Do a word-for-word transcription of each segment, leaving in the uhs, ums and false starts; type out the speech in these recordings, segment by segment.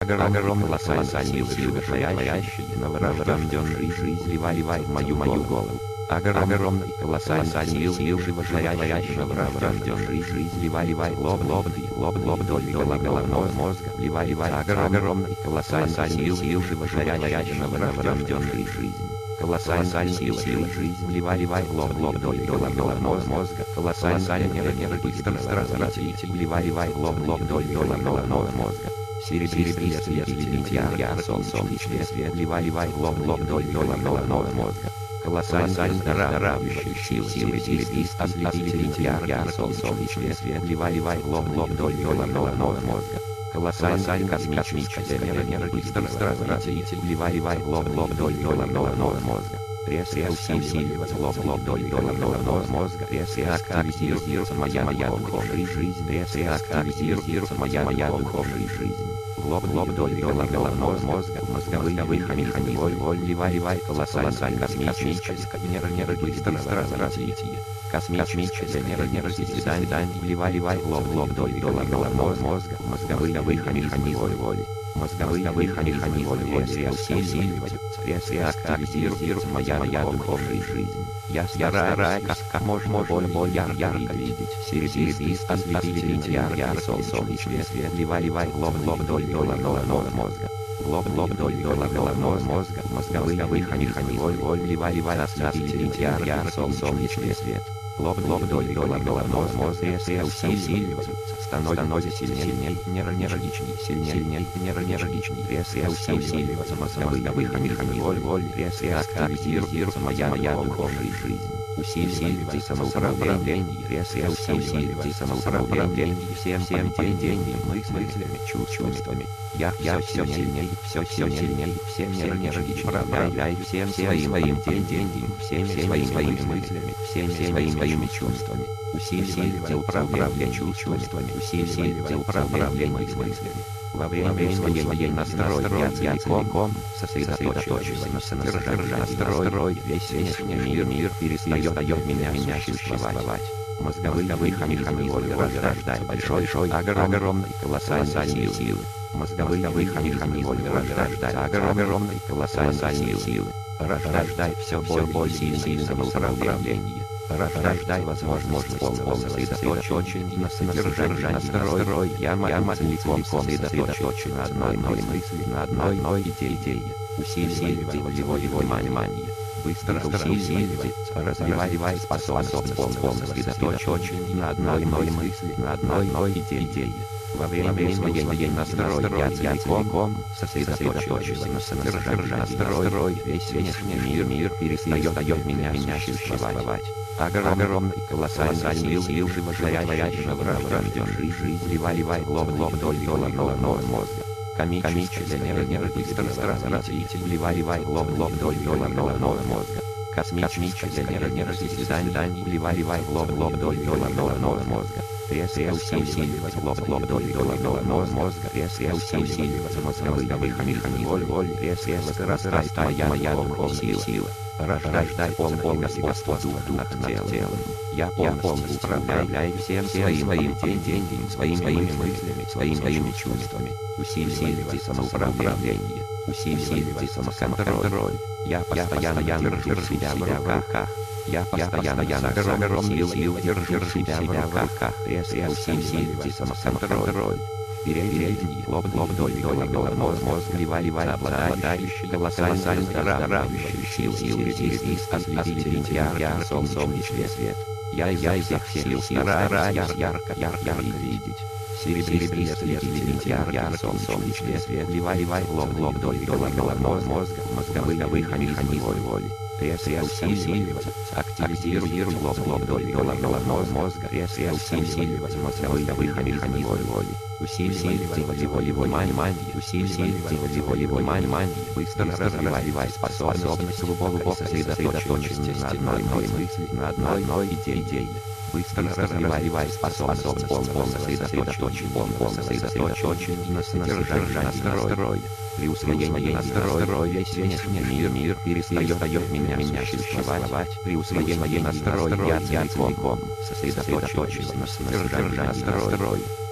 огромный колоссальный силы, творящий новорожденный жизнь, вливай в мою мою голову. Огромный колоссальный сил, животворящий новорожденный жизнь, вливай лоб лоб лоб лоб вдоль головного мозга, вливай огромный колоссальный сил, животворящий новорожденный жизнь. Колоссальная сила жизнь, вливай в лоб лоб вдоль головного мозга, колоссальная быстро развитие, вливай в лоб лоб вдоль головного мозга. Серебристый свет, яр, солнечный свет, вливай в лоб лоб вдоль головного мозга. Колоссальная здоровьющая сила, серебристый ослепительный яр, солнечный свет, вливай в лоб лоб вдоль головного мозга. Колоссальная космическая мера быстро развитие, вливай в лоб лоб вдоль головного мозга. Резко усиливать лоб лоб вдоль головного мозга, резко активизируется моя моя духовная жизнь, резко активизируется моя моя духовная жизнь. Лоб лоб вдоль головного мозга, мозговые механизмы, воль воль вливай колоссальная космическая мера быстро развитие. Космическая мера созидания, вливай лоб лоб вдоль головного мозга, мозговые механизмы, воль воли. Мозговые механизмы резко усиливаются, резко активизируется моя моя духовная жизнь. Я стараюсь как можно более ярко видеть серебристый ослепительный яр, солнечный свет, вливай лоб лоб вдоль головного мозга. Лоб лоб вдоль головного мозга, мозговые механизмы, воль воль, вливай ослепительный яр, солнечный свет. Лоб лоб вдоль головного мозга резко усиливаются, становится сильнее, нервничней, сильнее, нервничней, резко усиливаются мозговые механизмы, воль воль, резко активизируется моя моя духовная жизнь. Усиливается самоуправление, резко усиливается самоуправление всем всем поведением, мыслями, чувствами. Я я все сильнее, все все сильнее, всем нервничней, управляй всем своим своим поведением, всем своим своими мыслями, всем своими своими чувствами. Усиливается управление чувствами, усиливается управление мыслями. Во время своей настройки я целиком сосредоточиваюсь на содержании настрой, весь внешний мир, мир перестает меня, меня существовать. Мозговые механизмы воли рождают большой, большой, огромный, колоссальной силы. Мозговые механизмы воли рождают огромный, колоссальной силы. Рождай все более сильное самоуправление. Рождай возможность полного сосредоточения на содержании настрой. Я целиком сосредоточен на одной мысли, на одной идее. Усиливай его внимание. Быстро усиливается, развивай способность полного сосредоточения на одной мысли, на одной идее. Во время своей настрой я целиком сосредоточен на содержании настрой. Весь внешний мир, мир перестает меня, меня существовать. Огромный, колоссальный сил, животворящий новорожденный жизнь, вливай лоб лоб вдоль головного мозга. Комическая мера быстро развитие, вливай лоб лоб вдоль головного мозга. Космическая мера созидания, вливай лоб лоб вдоль головного мозга. Резко усиливать лоб лоб вдоль головного мозга, резко усиливать мозговые механизмы, воль воль, резко возрастает моя моя духовная сила. Рождай полное господство над телом. Я полностью управляю всем своим своим поведением, своими своими мыслями, своими своими чувствами. Усиливайте самоуправление, усиливайте самоконтроль. Я постоянно держу себя в руках. Я постоянно я на огромную силу держу себя в руках. Резко усиливайте самоконтроль. Передний лоб лоб вдоль головного мозга, вливай обладающий колоссальной здоровьющей силой, серебристый ослепительный яр, солнечный свет. Я я изо всех сил стараюсь ярко, ярко, ярко видеть. Серебристый ослепительный яр, солнечный свет, вливай лоб лоб вдоль головного мозга, мозговые механизмы воли. Резко усиливать, активизируй лоб лоб вдоль головного мозга, резко усиливать мозговые механизмы воли. Усиливать его его внимание, усиливать его его внимание, быстро развивай способность глубокой сосредоточенности на одной мысли, на одной идее. Быстро развивай способность полного сосредоточения, полного сосредоточения на содержании настроя. При усвоении настроя весь внешний мир, мир перестает меня, меня существовать. При усвоении настроя я целиком сосредоточен на содержании настроя.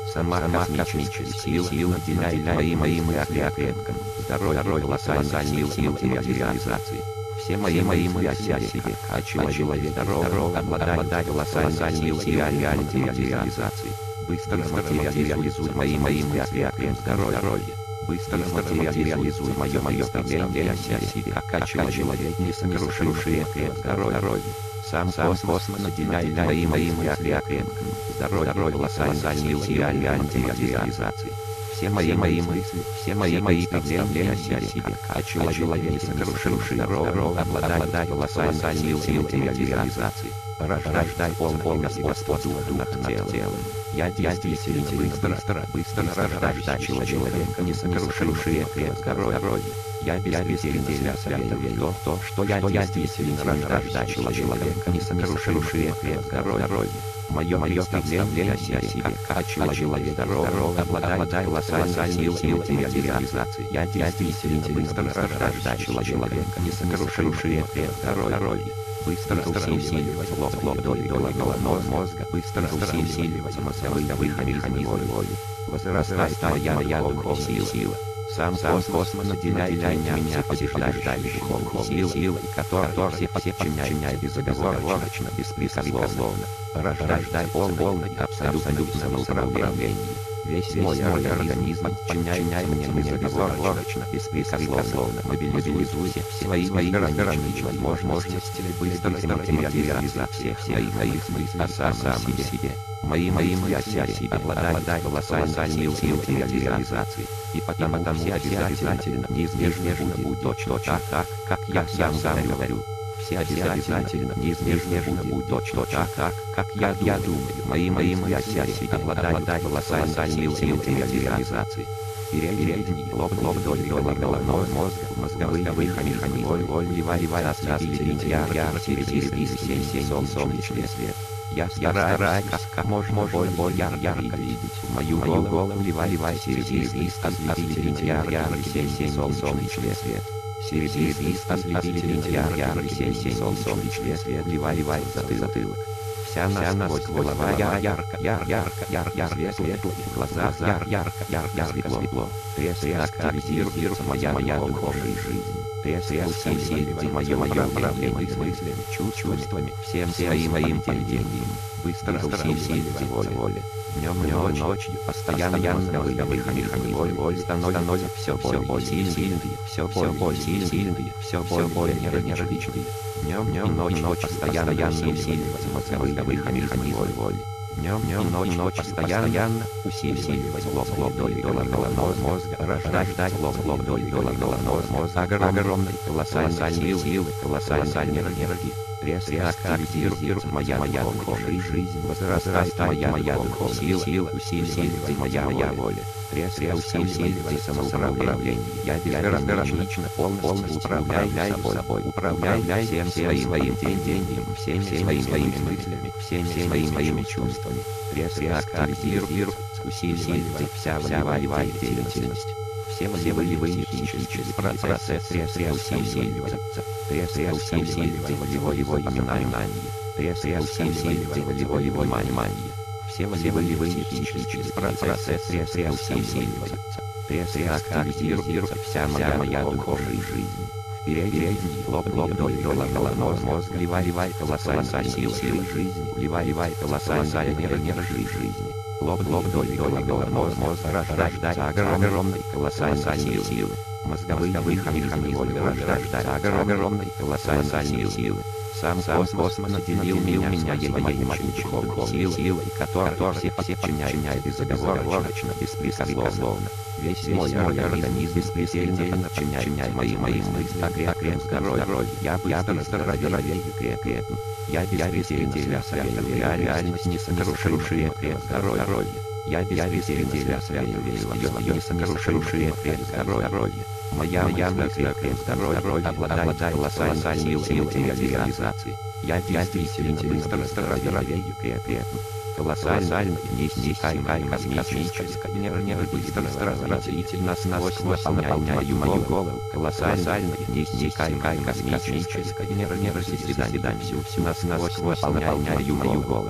Сама, сама космическая сила, сила наделяет мои, мои мысли окрепком. Здоровье, колоссальной силы реализации. Все мои, мои мысли о себе, а человек здоров, обладает колоссальной силой реализации. Быстро материализует мои, мои мысли окреп здоровье. Быстро материализует мое, мое стремление о себе, как человек несокрушимый окреп здоровье. Сам космос наделяет мои, мои мысли окрепком. Здоровье, колоссальной силой реализации. Все мои, мои мысли, все мои, мои стремления о себе, а человек несокрушимый здоров, обладает колоссальной силой реализации. Рождай полное господство духа над телом. Я действительно быстро, быстро, быстро рождаю человека, несокрушимый здоровье. Я безвестительно свято то, что я действительно рождаю человека, несокрушимый здоровье. Мое, мое стремление о себе, как человек здоров, обладает колоссальной силой реализации. Я действительно быстро рождаю человека, несокрушимый здоровье. Быстро усиливать вдоль головного мозга, быстро усиливать мозговые механизмы воли. Возрастает моя, моя духовная сила. Сам космос наделяет меня побеждающей силой, силой, которая все подчиняет безоговорочно, беспрекословно. Рождай полное абсолютное управление. Весь мой организм подчиняет мне безоговорочно, беспрекословно, мобилизуя все свои ограниченные возможности быстро материализовать всех моих моих мыслей о самом себе. Мои, мои мысли о себе обладают колоссальной силой реализации, и потому все обязательно неизбежно будут точно так, так, как я сам сам говорю. Все обязательно неизбежно будут точно так, так, как я, я думаю. Мои, мои мысли о себе обладают колоссальной силой реализации. Передний лоб, лоб вдоль головного мозга, мозговые механизмы воли, воли, ослепительный яркий серебристый солнечный свет. Я стараюсь как можно более ярко видеть. В мою голову вливает серебристый ослепительный яркий солнечный свет. Серебристый ослепительный яркий солнечный свет вливает в затылок. Вся насквозь голова ярко, ярко, ярко, ярко, светло, глаза ярко, ярко, светло. Резко активируется моя, моя духовная жизнь. Резко усиливается мое, мое управление мыслями, чувствами, всем своим моим поведением. Быстро усиливается воля. Днем и ночью постоянно мозговые механизмы воли становятся все более сильные, все более сильные, все более нервичные. Днем и ночью постоянно усиливаются мозговые механизмы воли. Днем и ночью постоянно усиливается лоб вдоль головного мозга, рождать лоб вдоль головного мозга огромной колоссальной силы, колоссальной энергии. Резко активируется моя, моя духовная жизнь, возрастает моя, моя духовная сила, усиливается моя, моя воля. Резко усиливается самоуправление. Я безгранично полностью управляю собой, управляю всем своим моим поведением, всеми своими мыслями, всеми своими моими чувствами. Резко активируется, усиливается вся волевая деятельность. Все волевые химические процессы резко усиливаются. Резко усиливается волевое воспоминание. Резко усиливается волевое внимание. Все волевые химические процессы резко усиливаются. Резко активируется вся моя, моя духовная жизнь. Передний лоб вдоль головного мозга вливает колоссальную силу жизни, вливает колоссальную энергию жизни. Лоб вдоль головного мозга рождает огромной колоссальной силы. Мозговые механизмы воли рождают огромной колоссальной силы. Сам космос наделил меня моей духовной силой, которая все подчиняет безоговорочно, беспрекословно. Весь мой организм беспредельно подчиняет мои, мои мысли окреп здоровье. Я быстро здоровею крепну. Я безвестительно связываю реальность несокрушимый креп здоровье. Я безвестительно связываю несокрушимый креп здоровье. Моя, моя мысль креп здоровье обладает колоссальной силой реализации. Я действительно быстро здоровею крепну. Колоссальная, неиссякаемая космическая энергия быстро разразительно насквозь наполняет мою, мою голову. Колоссальная, неиссякаемая космическая энергия всю, всю насквозь наполняет мою, мою голову.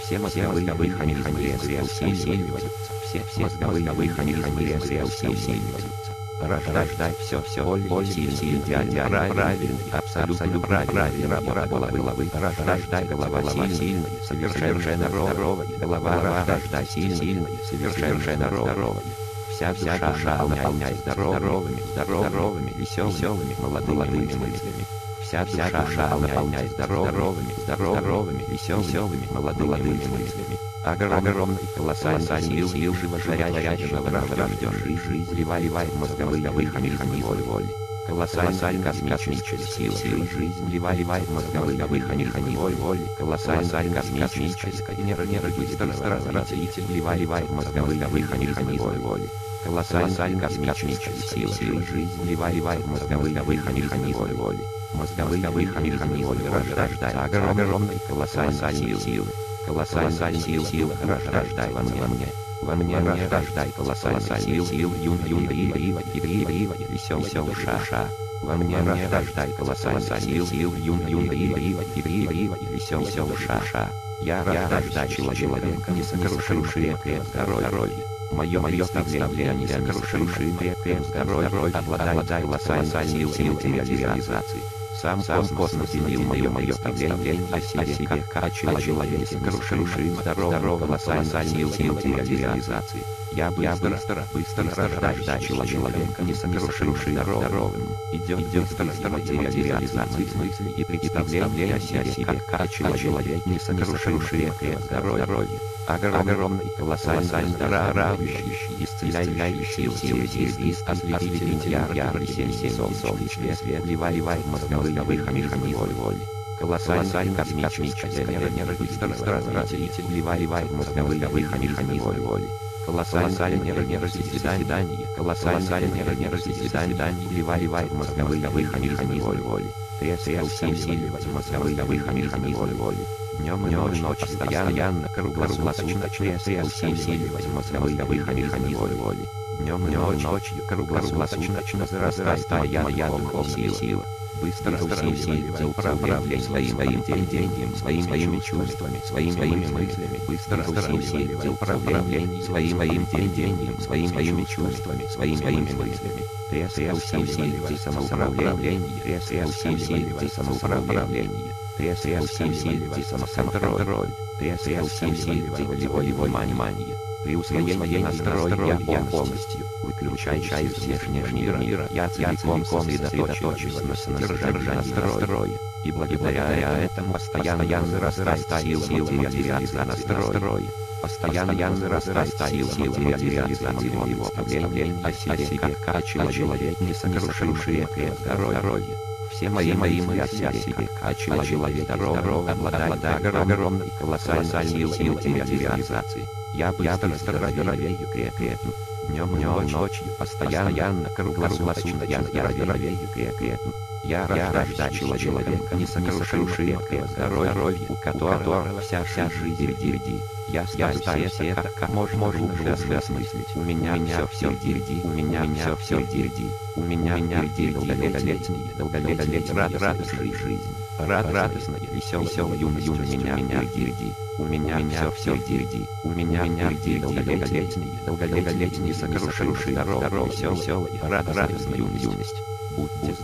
Все мозговые механизмы резко усиливаются. Все все мозговые механизмы резко усиливаются. Рождай все, все более сильный, идеально правильный, абсолютно правильный работа головы. Рождай голова сильная, совершенно здоровая голова. Рождай сильная, совершенно здоровая. Вся вся душа наполняй здоровыми, здоровыми, веселыми, молодыми мыслями. Вся вся душа наполняй здоровыми, здоровыми, веселыми, молодыми мыслями. Огромный, колоссальный сил, сил животворящего рожденной жизни, ливай мозговые механизмы воли. Колоссальный космический сил, сил жизни, ливай мозговые механизмы воли. Колоссальный космический нейробыстро развитие, ливай мозговые механизмы воли. Колоссальный космический сил, сил жизни, ливай мозговые механизмы воли. Мозговые механизмы воли рождают огромный, колоссальный силы. Колоссальная сил, сил, рождай во мне, мне, во мне, рождай колоссальная сил, сил, юн, юн, ива, ива, ива, ива, весел, весел, ша, ша. Во мне рождай колоссальная сил, сил, юн, юн, ива, ива, ива, ива, весел, весел, ша, ша. Я рождаю человека, несокрушимое крепкое здоровье. Мое мое ставление несокрушимое крепкое здоровье, обладает колоссальной сил, сил реализации. Сам сам космос изменил мое мое представление о себе как о человеке несокрушимым, здоровым, колоссальной сил, сил реализации. Я быстро, быстро рождаю человека несокрушимым, здоровым. Идет быстро материализация мыслей и представления о себе как о человеке несокрушимым, здоровье. Огромный, колоссальный, здоровущий, исцеляющий силы здесь, ослепительный, яркий, семь солнечный свет, ливай мозговые механизмы воли. Колоссальный космический быстро развитие, ливай мозговые механизмы воли. Колоссальное нейросозидание, колоссальное нейросозидание, ливай мозговые механизмы воли. Резко усиливать мозговые механизмы воли. Днем и ночью постоянно, круглосуточно, резко усиливать мозговые механизмы воли. Днем и ночью круглосуточно возрастая духовная сила. Быстро усиливать управление своим деньгом, своими чувствами, своими мыслями. Быстро усиливать управление своим деньгом, своими чувствами, своими мыслями. Резко усиливать самоуправление, резко усиливать самоуправление. Резко усиливать самоконтроль, резко усиливать волевое внимание. При усвоении настроя я полностью выключаю часть внешнего мира, я целиком сосредоточусь на содержании настроя, и благодаря этому постоянно возрастает сил реализации настроя, постоянно возрастает сил реализации моего представления о себе как о человеке несокрушимое здоровье. Все мои мои мысли о себе как о человеке здоровом обладают огромной колоссальной силой реализации. Я быстро здоровею, крепну. Днем и ночью, постоянно, круглосуточно я здоровею, крепну. Я рождаю человека несокрушимое здоровье, у которого вся вся жизнь впереди. Я ставлю все как можно глубже осмыслить. У меня все все впереди, у меня все все впереди. У меня впереди долголетняя, долголетняя радостная жизнь. Рад радостная, веселая, юн юн меня меня впереди. У меня все все впереди. У меня впереди долголетняя, долголетняя, сокрушимая, здоровая, веселая, радостная юность. Будьте